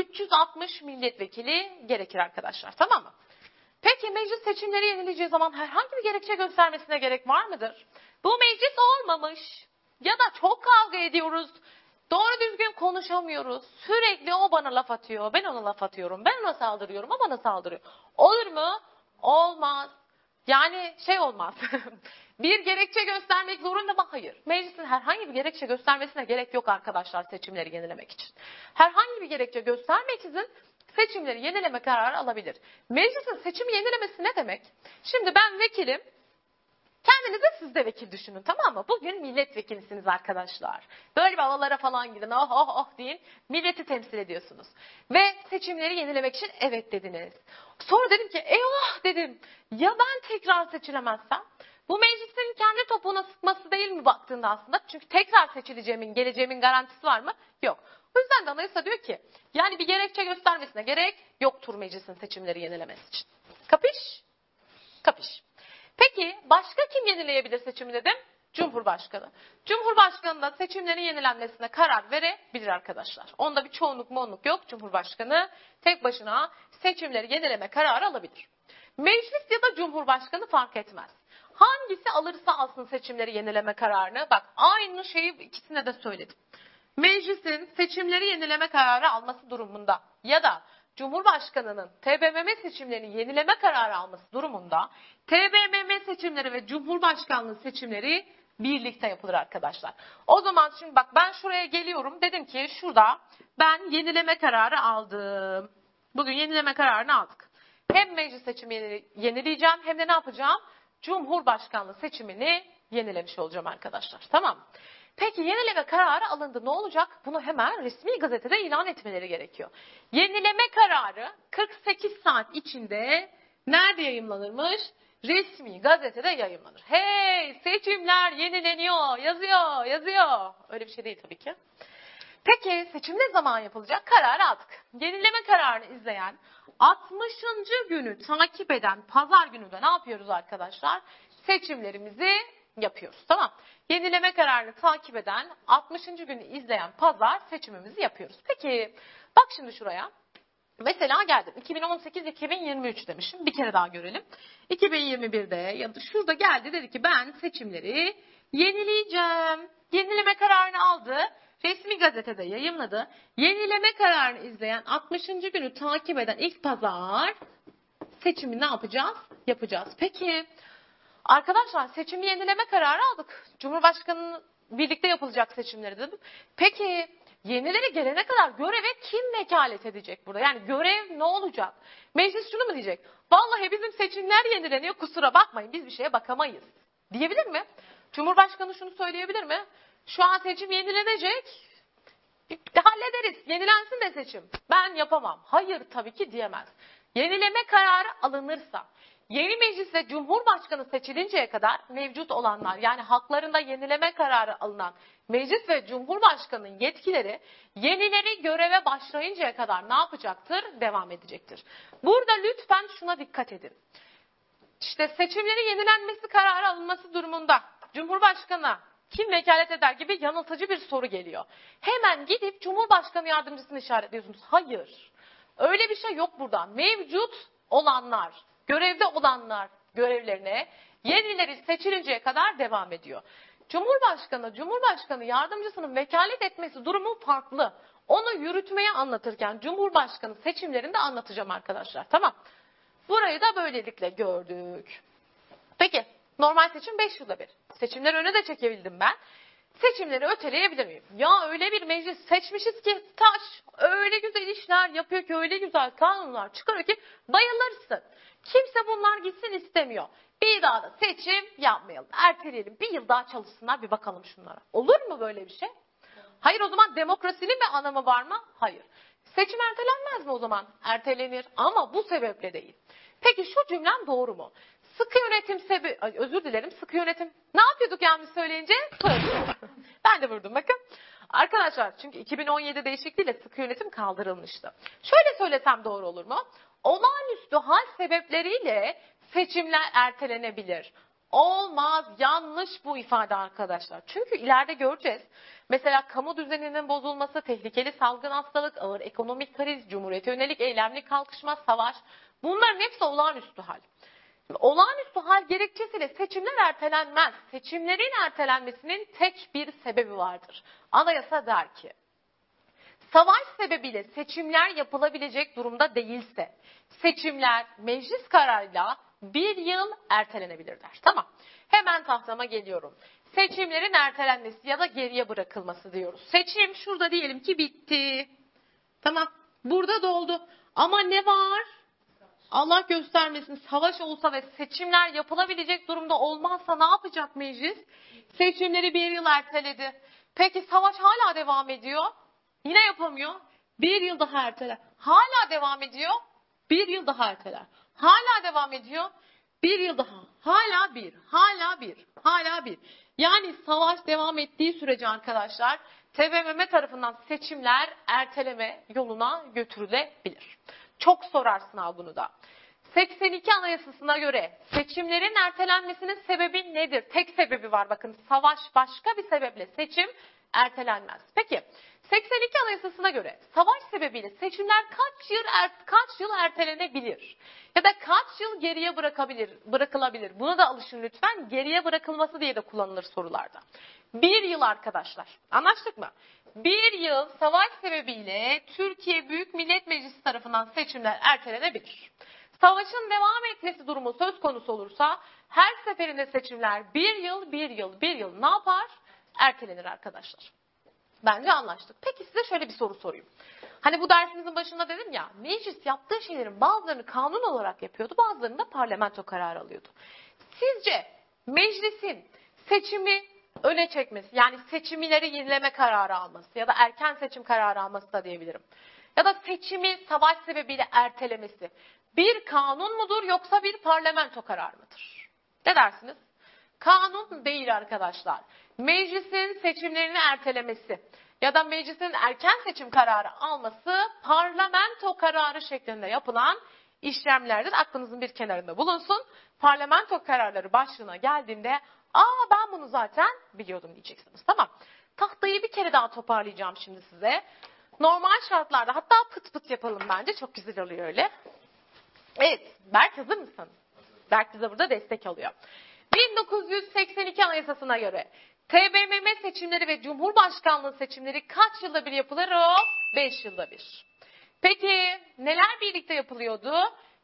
360 milletvekili gerekir arkadaşlar, tamam mı? Peki meclis seçimleri yenileceği zaman herhangi bir gerekçe göstermesine gerek var mıdır? Bu meclis olmamış ya da çok kavga ediyoruz, doğru düzgün konuşamıyoruz, sürekli o bana laf atıyor, ben ona laf atıyorum, ben ona saldırıyorum, o bana saldırıyor. Olur mu? Olmaz. Yani olmaz. Bir gerekçe göstermek zorunda mı? Hayır. Meclisin herhangi bir gerekçe göstermesine gerek yok arkadaşlar seçimleri yenilemek için. Herhangi bir gerekçe göstermeksizin seçimleri yenileme kararı alabilir. Meclisin seçimi yenilemesi ne demek? Şimdi ben vekilim. Kendinize siz de vekil düşünün, tamam mı? Bugün milletvekilisiniz arkadaşlar. Böyle bir havalara falan gidin, oh oh oh deyin. Milleti temsil ediyorsunuz. Ve seçimleri yenilemek için evet dediniz. Sonra dedim ki eyvah dedim. Ya ben tekrar seçilemezsem? Bu meclisin kendi topuğuna sıkması değil mi baktığında aslında? Çünkü tekrar seçileceğimin, geleceğimin garantisi var mı? Yok. O yüzden de anayasa diyor ki yani bir gerekçe göstermesine gerek yoktur meclisin seçimleri yenilemesi için. Kapış? Kapış. Peki başka kim yenileyebilir seçimi dedim? Cumhurbaşkanı. Cumhurbaşkanı da seçimlerin yenilenmesine karar verebilir arkadaşlar. Onda bir çoğunluk monluk yok. Cumhurbaşkanı tek başına seçimleri yenileme kararı alabilir. Meclis ya da Cumhurbaşkanı fark etmez. Hangisi alırsa alsın seçimleri yenileme kararını. Bak aynı şeyi ikisine de söyledim. Meclisin seçimleri yenileme kararı alması durumunda ya da Cumhurbaşkanı'nın TBMM seçimlerini yenileme kararı alması durumunda TBMM seçimleri ve Cumhurbaşkanlığı seçimleri birlikte yapılır arkadaşlar. O zaman şimdi bak ben şuraya geliyorum. Dedim ki şurada ben yenileme kararı aldım. Bugün yenileme kararını aldık. Hem meclis seçimini yenileyeceğim hem de ne yapacağım? Cumhurbaşkanlığı seçimini yenilemiş olacağım arkadaşlar. Tamam mı? Peki yenileme kararı alındı. Ne olacak? Bunu hemen resmi gazetede ilan etmeleri gerekiyor. Yenileme kararı 48 saat içinde nerede yayımlanırmış? Resmi gazetede yayımlanır. Hey seçimler yenileniyor, yazıyor. Öyle bir şey değil tabii ki. Peki seçim ne zaman yapılacak? Kararı aldık. Yenileme kararını izleyen 60. günü takip eden pazar günü de ne yapıyoruz arkadaşlar? Seçimlerimizi yapıyoruz. Tamam. Yenileme kararını takip eden 60. günü izleyen pazar seçimimizi yapıyoruz. Peki bak şimdi şuraya. Mesela geldim 2018-2023 demişim. Bir kere daha görelim. 2021'de ya da şurada geldi dedi ki ben seçimleri yenileyeceğim. Yenileme kararını aldı. Resmi gazetede yayımladı. Yenileme kararını izleyen 60. günü takip eden ilk pazar seçimi ne yapacağız? Yapacağız. Peki arkadaşlar seçimi yenileme kararı aldık. Cumhurbaşkanı'nın birlikte yapılacak seçimleri dedim. Peki yenileri gelene kadar göreve kim vekalet edecek burada? Yani görev ne olacak? Meclis şunu mu diyecek? Vallahi bizim seçimler yenileniyor, kusura bakmayın biz bir şeye bakamayız. Diyebilir mi? Cumhurbaşkanı şunu söyleyebilir mi? Şu an seçim yenilenecek. Hallederiz. Yenilensin de seçim. Ben yapamam. Hayır tabii ki diyemez. Yenileme kararı alınırsa yeni meclis ve cumhurbaşkanı seçilinceye kadar mevcut olanlar yani haklarında yenileme kararı alınan meclis ve cumhurbaşkanının yetkileri yenileri göreve başlayıncaya kadar ne yapacaktır? Devam edecektir. Burada lütfen şuna dikkat edin. İşte seçimlerin yenilenmesi kararı alınması durumunda Cumhurbaşkanı kim vekalet eder gibi yanıltıcı bir soru geliyor. Hemen gidip Cumhurbaşkanı yardımcısını işaretliyorsunuz. Hayır. Öyle bir şey yok burada. Mevcut olanlar, görevde olanlar görevlerine yenileri seçilinceye kadar devam ediyor. Cumhurbaşkanı yardımcısının vekalet etmesi durumu farklı. Onu yürütmeye anlatırken Cumhurbaşkanı seçimlerinde anlatacağım arkadaşlar. Tamam. Burayı da böylelikle gördük. Peki normal seçim 5 yılda bir. Seçimleri öne de çekebildim ben. Seçimleri öteleyebilir miyim? Ya öyle bir meclis seçmişiz ki taş öyle güzel işler yapıyor ki öyle güzel kanunlar çıkarıyor ki bayılırsın. Kimse bunlar gitsin istemiyor. Bir daha da seçim yapmayalım. Erteleyelim. Bir yıl daha çalışsınlar, bir bakalım şunlara. Olur mu böyle bir şey? Hayır, o zaman demokrasinin bir anlamı var mı? Hayır. Seçim ertelenmez mi o zaman? Ertelenir ama bu sebeple değil. Peki şu cümlem doğru mu? Sıkı yönetim özür dilerim, sıkı yönetim. Ne yapıyorduk yanlış söyleyince? Ben de vurdum bakın. Arkadaşlar, çünkü 2017 değişikliğiyle sıkı yönetim kaldırılmıştı. Şöyle söylesem doğru olur mu? Olağanüstü hal sebepleriyle seçimler ertelenebilir. Olmaz, yanlış bu ifade arkadaşlar. Çünkü ileride göreceğiz. Mesela kamu düzeninin bozulması, tehlikeli salgın hastalık, ağır ekonomik kriz, cumhuriyete yönelik eylemli kalkışma, savaş. Bunların hepsi olağanüstü hal. Olağanüstü hal gerekçesiyle seçimler ertelenmez. Seçimlerin ertelenmesinin tek bir sebebi vardır. Anayasa der ki, savaş sebebiyle seçimler yapılabilecek durumda değilse, seçimler meclis kararıyla bir yıl ertelenebilir der. Tamam. Hemen tahtama geliyorum. Seçimlerin ertelenmesi ya da geriye bırakılması diyoruz. Seçim şurada diyelim ki bitti. Tamam. Burada doldu. Ama ne var? Allah göstermesin, savaş olsa ve seçimler yapılabilecek durumda olmazsa ne yapacak meclis? Seçimleri bir yıl erteledi. Peki savaş hala devam ediyor. Yine yapamıyor. Bir yıl daha erteler. Hala devam ediyor. Bir yıl daha erteler. Hala devam ediyor. Bir yıl daha. Hala bir. Hala bir. Hala bir. Yani savaş devam ettiği sürece arkadaşlar TBMM tarafından seçimler erteleme yoluna götürülebilir. Çok sorar sınav bunu da. 82 Anayasası'na göre seçimlerin ertelenmesinin sebebi nedir? Tek sebebi var bakın. Savaş başka bir sebeple seçim ertelenmez. Peki 82 Anayasası'na göre savaş sebebiyle seçimler kaç yıl ertelenebilir? Ya da kaç yıl geriye bırakılabilir? Buna da alışın lütfen. Geriye bırakılması diye de kullanılır sorularda. Bir yıl arkadaşlar. Anlaştık mı? Bir yıl savaş sebebiyle Türkiye Büyük Millet Meclisi tarafından seçimler ertelenebilir. Savaşın devam etmesi durumu söz konusu olursa her seferinde seçimler bir yıl ne yapar? Ertelenir arkadaşlar. Bence anlaştık. Peki size şöyle bir soru sorayım. Hani bu dersimizin başında dedim ya, meclis yaptığı şeylerin bazılarını kanun olarak yapıyordu, bazılarını da parlamento kararı alıyordu. Sizce meclisin seçimi öne çekmesi, yani seçimleri yenileme kararı alması ya da erken seçim kararı alması da diyebilirim. Ya da seçimi savaş sebebiyle ertelemesi bir kanun mudur yoksa bir parlamento kararı mıdır? Ne dersiniz? Kanun değil arkadaşlar. Meclisin seçimlerini ertelemesi ya da meclisin erken seçim kararı alması parlamento kararı şeklinde yapılan işlemlerdir. Aklınızın bir kenarında bulunsun. Parlamento kararları başlığına geldiğimde ben bunu zaten biliyordum diyeceksiniz. Tamam. Tahtayı bir kere daha toparlayacağım şimdi size. Normal şartlarda hatta pıt pıt yapalım bence. Çok güzel oluyor öyle. Evet. Berk hazır mısın? Berk bize burada destek alıyor. 1982 Anayasası'na göre TBMM seçimleri ve Cumhurbaşkanlığı seçimleri kaç yılda bir yapılır? 5 yılda bir. Peki neler birlikte yapılıyordu?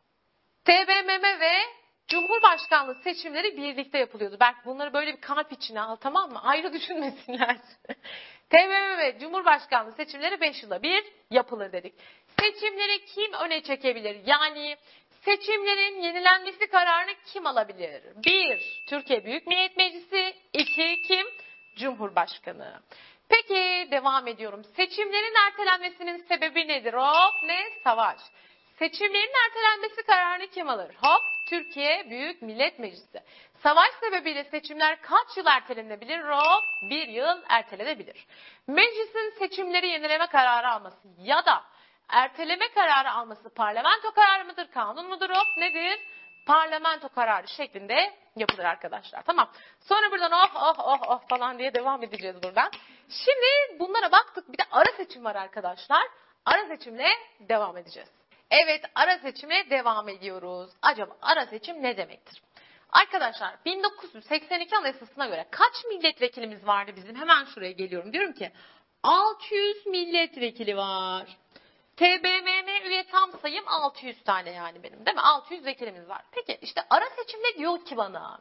TBMM ve Cumhurbaşkanlığı seçimleri birlikte yapılıyordu. Belki bunları böyle bir kalp içine al, tamam mı? Ayrı düşünmesinler. TBMM ve Cumhurbaşkanlığı seçimleri 5 yılda bir yapılır dedik. Seçimleri kim öne çekebilir? Yani seçimlerin yenilenmesi kararını kim alabilir? 1. Türkiye Büyük Millet Meclisi. 2. Kim? Cumhurbaşkanı. Peki devam ediyorum. Seçimlerin ertelenmesinin sebebi nedir? Ne? Savaş. Seçimlerin ertelenmesi kararını kim alır? Türkiye Büyük Millet Meclisi. Savaş sebebiyle seçimler kaç yıl ertelenebilir? 1 yıl ertelenebilir. Meclisin seçimleri yenileme kararı alması ya da erteleme kararı alması parlamento kararı mıdır, kanun mudur? Nedir? Parlamento kararı şeklinde yapılır arkadaşlar. Tamam. Sonra buradan falan diye devam edeceğiz buradan. Şimdi bunlara baktık. Bir de ara seçim var arkadaşlar. Ara seçimle devam edeceğiz. Evet, ara seçimle devam ediyoruz. Acaba ara seçim ne demektir? Arkadaşlar 1982 Anayasası'na göre kaç milletvekilimiz vardı bizim? Hemen şuraya geliyorum. Diyorum ki 600 milletvekili var. TBMM üye tam sayım 600 tane yani benim, değil mi? 600 vekilimiz var. Peki işte ara seçim ne diyor ki bana?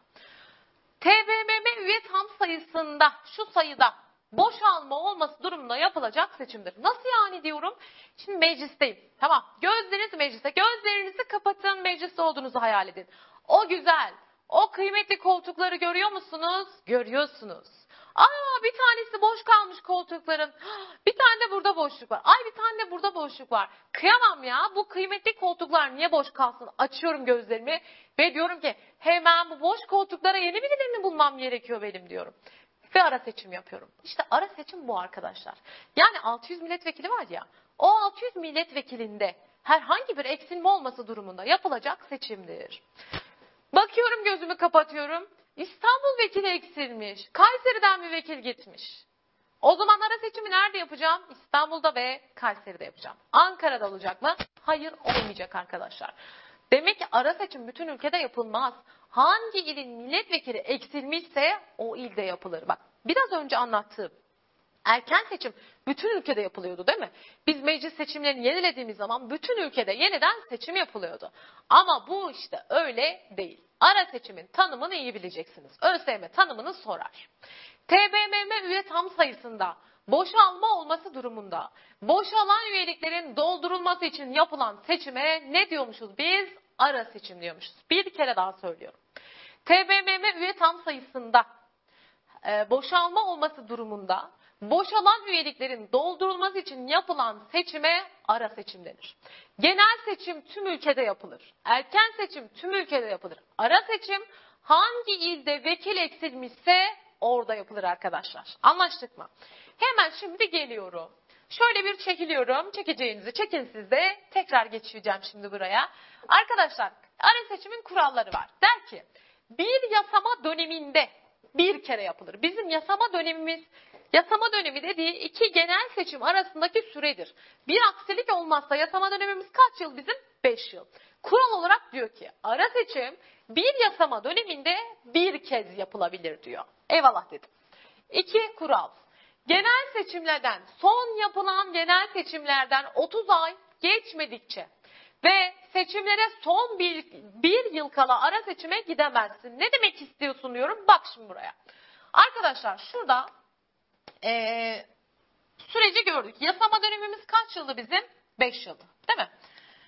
TBMM üye tam sayısında şu sayıda boşalma olması durumunda yapılacak seçimdir. Nasıl yani diyorum? Şimdi meclisteyim. Tamam. Gözlerinizi mecliste. Gözlerinizi kapatın. Mecliste olduğunuzu hayal edin. O güzel, O kıymetli koltukları görüyor musunuz? Görüyorsunuz. Aa, bir tanesi boş kalmış koltukların. Bir tane de burada boşluk var. Ay, bir tane de burada boşluk var. Kıyamam ya, bu kıymetli koltuklar niye boş kalsın? Açıyorum gözlerimi ve diyorum ki hemen bu boş koltuklara yeni birilerini bulmam gerekiyor benim diyorum. Ve ara seçim yapıyorum. İşte ara seçim bu arkadaşlar. Yani 600 milletvekili var ya, o 600 milletvekilinde herhangi bir eksilme olması durumunda yapılacak seçimdir. Bakıyorum, gözümü kapatıyorum. İstanbul vekili eksilmiş. Kayseri'den bir vekil gitmiş. O zaman ara seçimi nerede yapacağım? İstanbul'da ve Kayseri'de yapacağım. Ankara'da olacak mı? Hayır, olmayacak arkadaşlar. Demek ki ara seçim bütün ülkede yapılmaz. Hangi ilin milletvekili eksilmişse o ilde yapılır. Bak, biraz önce anlattığım erken seçim bütün ülkede yapılıyordu değil mi? Biz meclis seçimlerini yenilediğimiz zaman bütün ülkede yeniden seçim yapılıyordu. Ama bu işte öyle değil. Ara seçimin tanımını iyi bileceksiniz. ÖSYM tanımını sorar. TBMM üye tam sayısında boşalma olması durumunda boşalan üyeliklerin doldurulması için yapılan seçime ne diyormuşuz biz? Ara seçim diyormuşuz. Bir kere daha söylüyorum. TBMM üye tam sayısında boşalma olması durumunda boşalan üyeliklerin doldurulması için yapılan seçime ara seçim denir. Genel seçim tüm ülkede yapılır. Erken seçim tüm ülkede yapılır. Ara seçim hangi ilde vekil eksilmişse orada yapılır arkadaşlar. Anlaştık mı? Hemen şimdi geliyorum. Şöyle bir çekiliyorum. Çekeceğinizi çekin siz de. Tekrar geçeceğim şimdi buraya. Arkadaşlar, ara seçimin kuralları var. Der ki bir yasama döneminde bir kere yapılır. Bizim yasama dönemi dediği iki genel seçim arasındaki süredir. Bir aksilik olmazsa yasama dönemimiz kaç yıl bizim? 5 yıl. Kural olarak diyor ki ara seçim bir yasama döneminde bir kez yapılabilir diyor. Eyvallah dedim. 2 kural. Genel seçimlerden, son yapılan genel seçimlerden 30 ay geçmedikçe ve seçimlere son bir yıl kala ara seçime gidemezsin. Ne demek istiyorsun diyorum. Bak şimdi buraya. Arkadaşlar şurada süreci gördük. Yasama dönemimiz kaç yıldı bizim? 5 yıldı. Değil mi?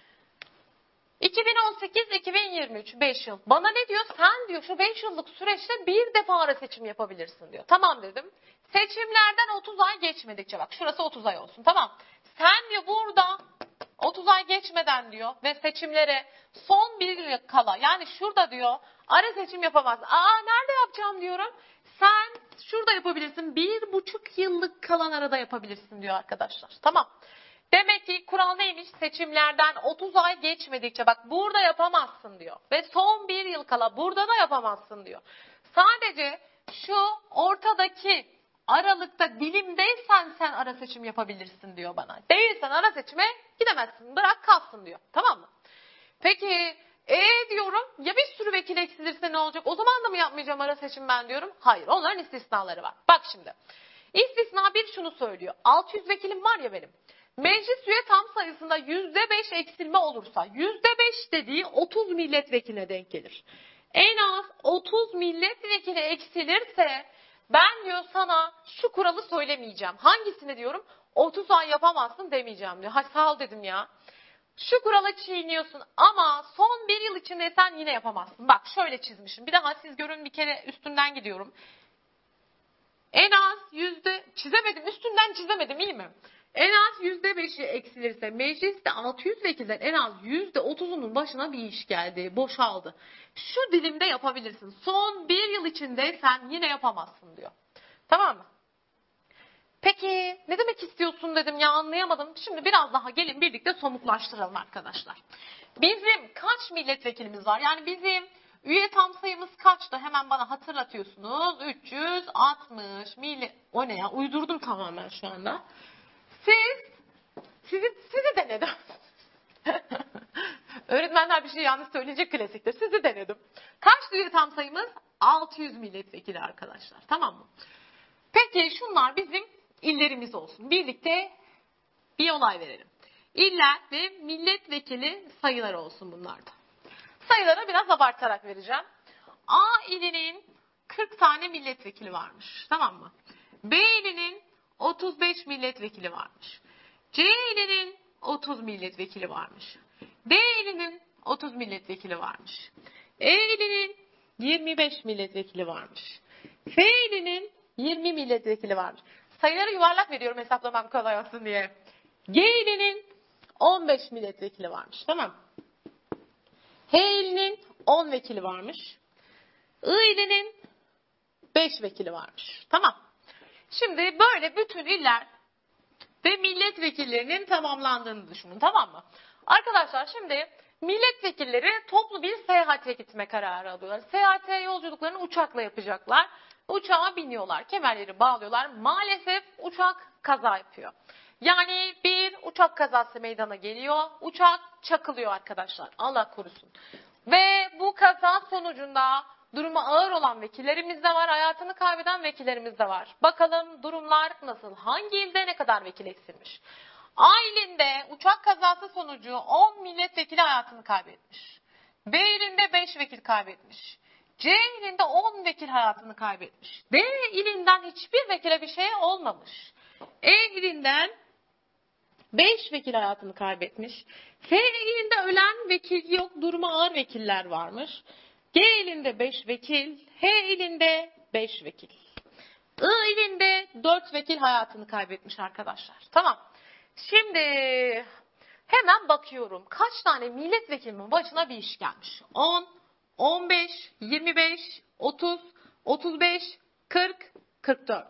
2018-2023 5 yıl. Bana ne diyor? Sen diyor şu 5 yıllık süreçte bir defa ara seçim yapabilirsin diyor. Tamam dedim. Seçimlerden 30 ay geçmedikçe, bak şurası 30 ay olsun, tamam. Sen diyor burada 30 ay geçmeden diyor ve seçimlere son bir yıl kala, yani şurada diyor ara seçim yapamazsın. Nerede yapacağım diyorum. Sen şurada yapabilirsin. 1,5 yıllık kalan arada yapabilirsin diyor arkadaşlar. Tamam. Demek ki kural neymiş? Seçimlerden 30 ay geçmedikçe, bak burada yapamazsın diyor. Ve son bir yıl kala burada da yapamazsın diyor. Sadece şu ortadaki aralıkta dilimdeysen sen ara seçim yapabilirsin diyor bana. Değilsen ara seçime gidemezsin. Bırak kalsın diyor. Tamam mı? Peki diyorum ya bir sürü vekil eksilirse ne olacak? O zaman da mı yapmayacağım ara seçim ben diyorum. Hayır, onların istisnaları var. Bak şimdi. İstisna bir şunu söylüyor. 600 vekilim var ya benim. Meclis üye tam sayısında %5 eksilme olursa, %5 dediği 30 milletvekiline denk gelir. En az 30 milletvekili eksilirse ben diyor sana şu kuralı söylemeyeceğim. Hangisini diyorum? 30 ay yapamazsın demeyeceğim diyor. Sağ ol dedim ya. Şu kuralı çiğniyorsun ama son bir yıl içinde sen yine yapamazsın. Bak şöyle çizmişim. Bir daha siz görün, bir kere üstünden gidiyorum. En az üstünden çizemedim, iyi mi? En az %5'i eksilirse mecliste 600 vekilden en az %30'unun başına bir iş geldi, boşaldı. Şu dilimde yapabilirsin. Son bir yıl içinde sen yine yapamazsın diyor. Tamam mı? Peki ne demek istiyorsun dedim ya, anlayamadım. Şimdi biraz daha gelin birlikte somutlaştıralım arkadaşlar. Bizim kaç milletvekilimiz var? Yani bizim üye tam sayımız kaçtı? Hemen bana hatırlatıyorsunuz. 360 millet. O ne ya? Uydurdum tamamen şu anda. Sizi denedim. Öğretmenler bir şey yanlış söyleyecek, klasiktir. Sizi denedim. Kaç üye tam sayımız? 600 milletvekili arkadaşlar. Tamam mı? Peki şunlar bizim illerimiz olsun. Birlikte bir olay verelim. İller ve milletvekili sayıları olsun bunlarda. Sayıları biraz abartarak vereceğim. A ilinin 40 tane milletvekili varmış. Tamam mı? B ilinin 35 milletvekili varmış. C ilinin 30 milletvekili varmış. D ilinin 30 milletvekili varmış. E ilinin 25 milletvekili varmış. F ilinin 20 milletvekili varmış. Sayıları yuvarlak veriyorum hesaplamam kolay olsun diye. G ilinin 15 milletvekili varmış. Tamam. H ilinin 10 vekili varmış. I ilinin 5 vekili varmış. Tamam. Şimdi böyle bütün iller ve milletvekillerinin tamamlandığını düşünün. Tamam mı? Arkadaşlar şimdi milletvekilleri toplu bir seyahate gitme kararı alıyorlar. Seyahat yolculuklarını uçakla yapacaklar. Uçağa biniyorlar. Kemerleri bağlıyorlar. Maalesef uçak kaza yapıyor. Yani bir uçak kazası meydana geliyor. Uçak çakılıyor arkadaşlar. Allah korusun. Ve bu kaza sonucunda durumu ağır olan vekillerimiz de var. Hayatını kaybeden vekillerimiz de var. Bakalım durumlar nasıl? Hangi ilde ne kadar vekil eksilmiş? A ilinde uçak kazası sonucu 10 milletvekili hayatını kaybetmiş. B ilinde 5 vekil kaybetmiş. C ilinde 10 vekil hayatını kaybetmiş. D ilinden hiçbir vekile bir şey olmamış. E ilinden 5 vekil hayatını kaybetmiş. F ilinde ölen vekil yok, durumu ağır vekiller varmış. G ilinde 5 vekil, H ilinde 5 vekil. I ilinde 4 vekil hayatını kaybetmiş arkadaşlar. Tamam. Şimdi hemen bakıyorum. Kaç tane milletvekilimin başına bir iş gelmiş? 10, 15, 25, 30, 35, 40, 44.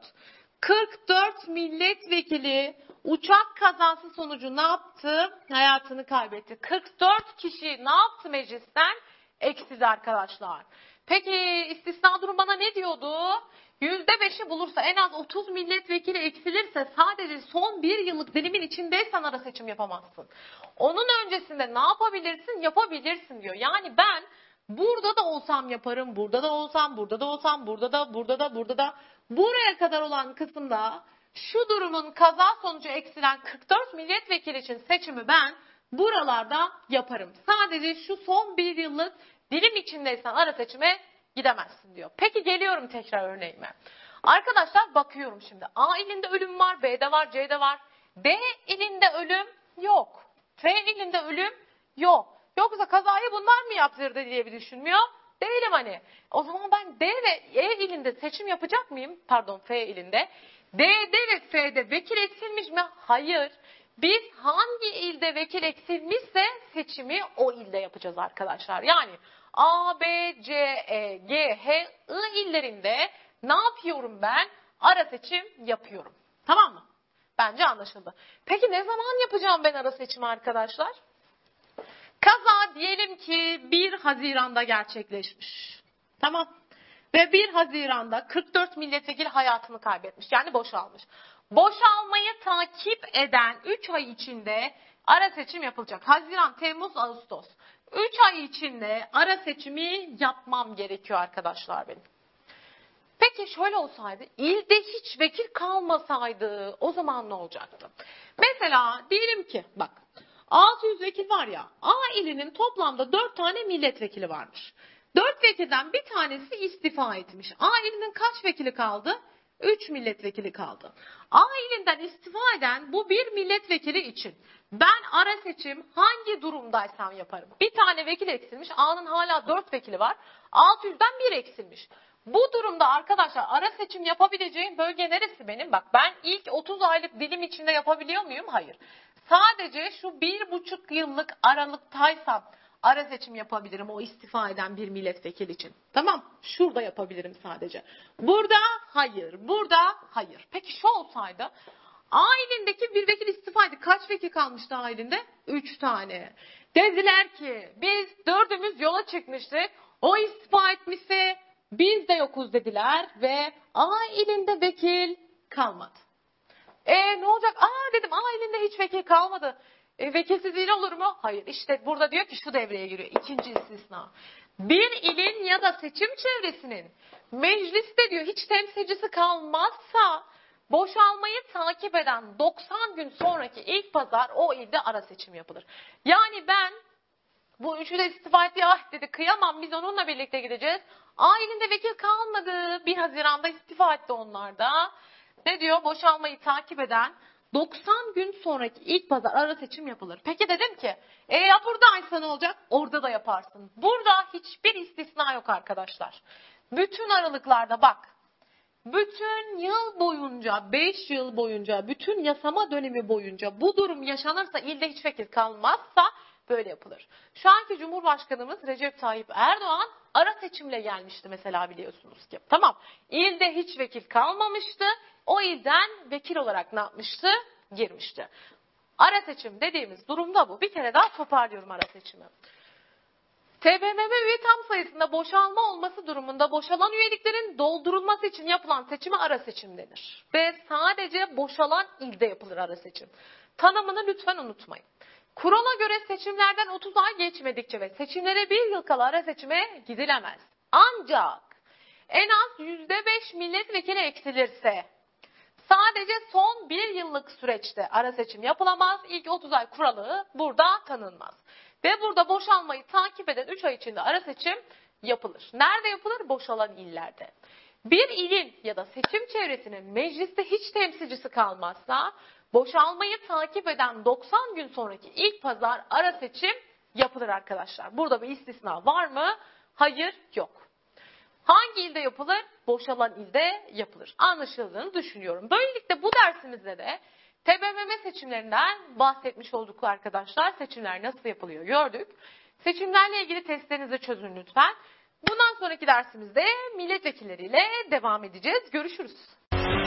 44 milletvekili uçak kazası sonucu ne yaptı? Hayatını kaybetti. 44 kişi ne yaptı meclisten? Eksildi arkadaşlar. Peki istisna durum bana ne diyordu? %5'i bulursa en az 30 milletvekili eksilirse sadece son bir yıllık dilimin içindeysen ara seçim yapamazsın. Onun öncesinde ne yapabilirsin? Yapabilirsin diyor. Yani ben burada da olsam yaparım, burada da olsam, burada da olsam, burada da. Buraya kadar olan kısımda şu durumun kaza sonucu eksilen 44 milletvekili için seçimi ben buralarda yaparım. Sadece şu son bir yıllık dilim içindeysen ara seçime gidemezsin diyor. Peki geliyorum tekrar örneğime. Arkadaşlar bakıyorum şimdi. A ilinde ölüm var, B'de var, C'de var. D ilinde ölüm yok. F ilinde ölüm yok. Yoksa kazayı bunlar mı yaptırdı diye bir düşünmüyor. Değilim hani. O zaman ben D ve E ilinde seçim yapacak mıyım? Pardon F ilinde. D'de ve F'de vekil eksilmiş mi? Hayır. Biz hangi ilde vekil eksilmişse seçimi o ilde yapacağız arkadaşlar. Yani A, B, C, E, G, H, I illerinde ne yapıyorum ben? Ara seçim yapıyorum. Tamam mı? Bence anlaşıldı. Peki ne zaman yapacağım ben ara seçimi arkadaşlar? Kaza diyelim ki 1 Haziran'da gerçekleşmiş. Tamam. Ve 1 Haziran'da 44 milletvekili hayatını kaybetmiş. Yani boşalmış. Boşalmayı takip eden 3 ay içinde ara seçim yapılacak. Haziran, Temmuz, Ağustos. 3 ay içinde ara seçimi yapmam gerekiyor arkadaşlar benim. Peki şöyle olsaydı, ilde hiç vekil kalmasaydı o zaman ne olacaktı? Mesela diyelim ki bak 600 vekil var ya, A ilinin toplamda 4 tane milletvekili varmış. 4 vekilden bir tanesi istifa etmiş. A ilinin kaç vekili kaldı? 3 milletvekili kaldı. A ilinden istifa eden bu bir milletvekili için ben ara seçim hangi durumdaysam yaparım. Bir tane vekil eksilmiş. A'nın hala 4 vekili var. 600'den 1 eksilmiş. Bu durumda arkadaşlar ara seçim yapabileceğim bölge neresi benim? Bak ben ilk 30 aylık dilim içinde yapabiliyor muyum? Hayır. Sadece şu 1,5 yıllık aralıktaysam ara seçim yapabilirim o istifa eden bir milletvekili için. Tamam. Şurada yapabilirim sadece. Burada hayır. Burada hayır. Peki şu olsaydı A ilindeki bir vekil istifa etti. Kaç vekil kalmıştı A ilinde? 3 tane. Dediler ki biz 4'ümüz yola çıkmıştık. O istifa etmişse biz de yokuz dediler ve A ilinde vekil kalmadı. Ne olacak? Dedim A ilinde hiç vekil kalmadı. Vekilsiz il olur mu? Hayır. İşte burada diyor ki şu devreye giriyor. İkinci istisna. Bir ilin ya da seçim çevresinin mecliste diyor hiç temsilcisi kalmazsa boşalmayı takip eden 90 gün sonraki ilk pazar o ilde ara seçim yapılır. Yani ben bu üçü de istifa etti. Dedi kıyamam biz onunla birlikte gideceğiz. A ilinde vekil kalmadı. 1 Haziran'da istifa etti onlar da. Ne diyor? Boşalmayı takip eden 90 gün sonraki ilk pazar ara seçim yapılır. Peki dedim ki ya buradaysa ne olacak? Orada da yaparsın. Burada hiçbir istisna yok arkadaşlar. Bütün aralıklarda bak. Bütün yıl boyunca, 5 yıl boyunca, bütün yasama dönemi boyunca bu durum yaşanırsa, ilde hiç vekil kalmazsa böyle yapılır. Şu anki Cumhurbaşkanımız Recep Tayyip Erdoğan ara seçimle gelmişti mesela, biliyorsunuz ki. Tamam, ilde hiç vekil kalmamıştı. O ilden vekil olarak ne yapmıştı? Girmişti. Ara seçim dediğimiz durumda bu. Bir kere daha toparlıyorum ara seçimi. TBMM üye tam sayısında boşalma olması durumunda boşalan üyeliklerin doldurulması için yapılan seçime ara seçim denir. Ve sadece boşalan ilde yapılır ara seçim. Tanımını lütfen unutmayın. Kurala göre seçimlerden 30 ay geçmedikçe ve seçimlere 1 yıl kala ara seçime gidilemez. Ancak en az %5 milletvekili eksilirse sadece son 1 yıllık süreçte ara seçim yapılamaz. İlk 30 ay kuralı burada tanınmaz. Ve burada boşalmayı takip eden 3 ay içinde ara seçim yapılır. Nerede yapılır? Boşalan illerde. Bir ilin ya da seçim çevresinin mecliste hiç temsilcisi kalmazsa boşalmayı takip eden 90 gün sonraki ilk pazar ara seçim yapılır arkadaşlar. Burada bir istisna var mı? Hayır, yok. Hangi ilde yapılır? Boşalan ilde yapılır. Anlaşıldığını düşünüyorum. Böylelikle bu dersimizde de TBMM seçimlerinden bahsetmiş olduk arkadaşlar. Seçimler nasıl yapılıyor gördük. Seçimlerle ilgili testlerinizi çözün lütfen. Bundan sonraki dersimizde milletvekilleriyle devam edeceğiz. Görüşürüz.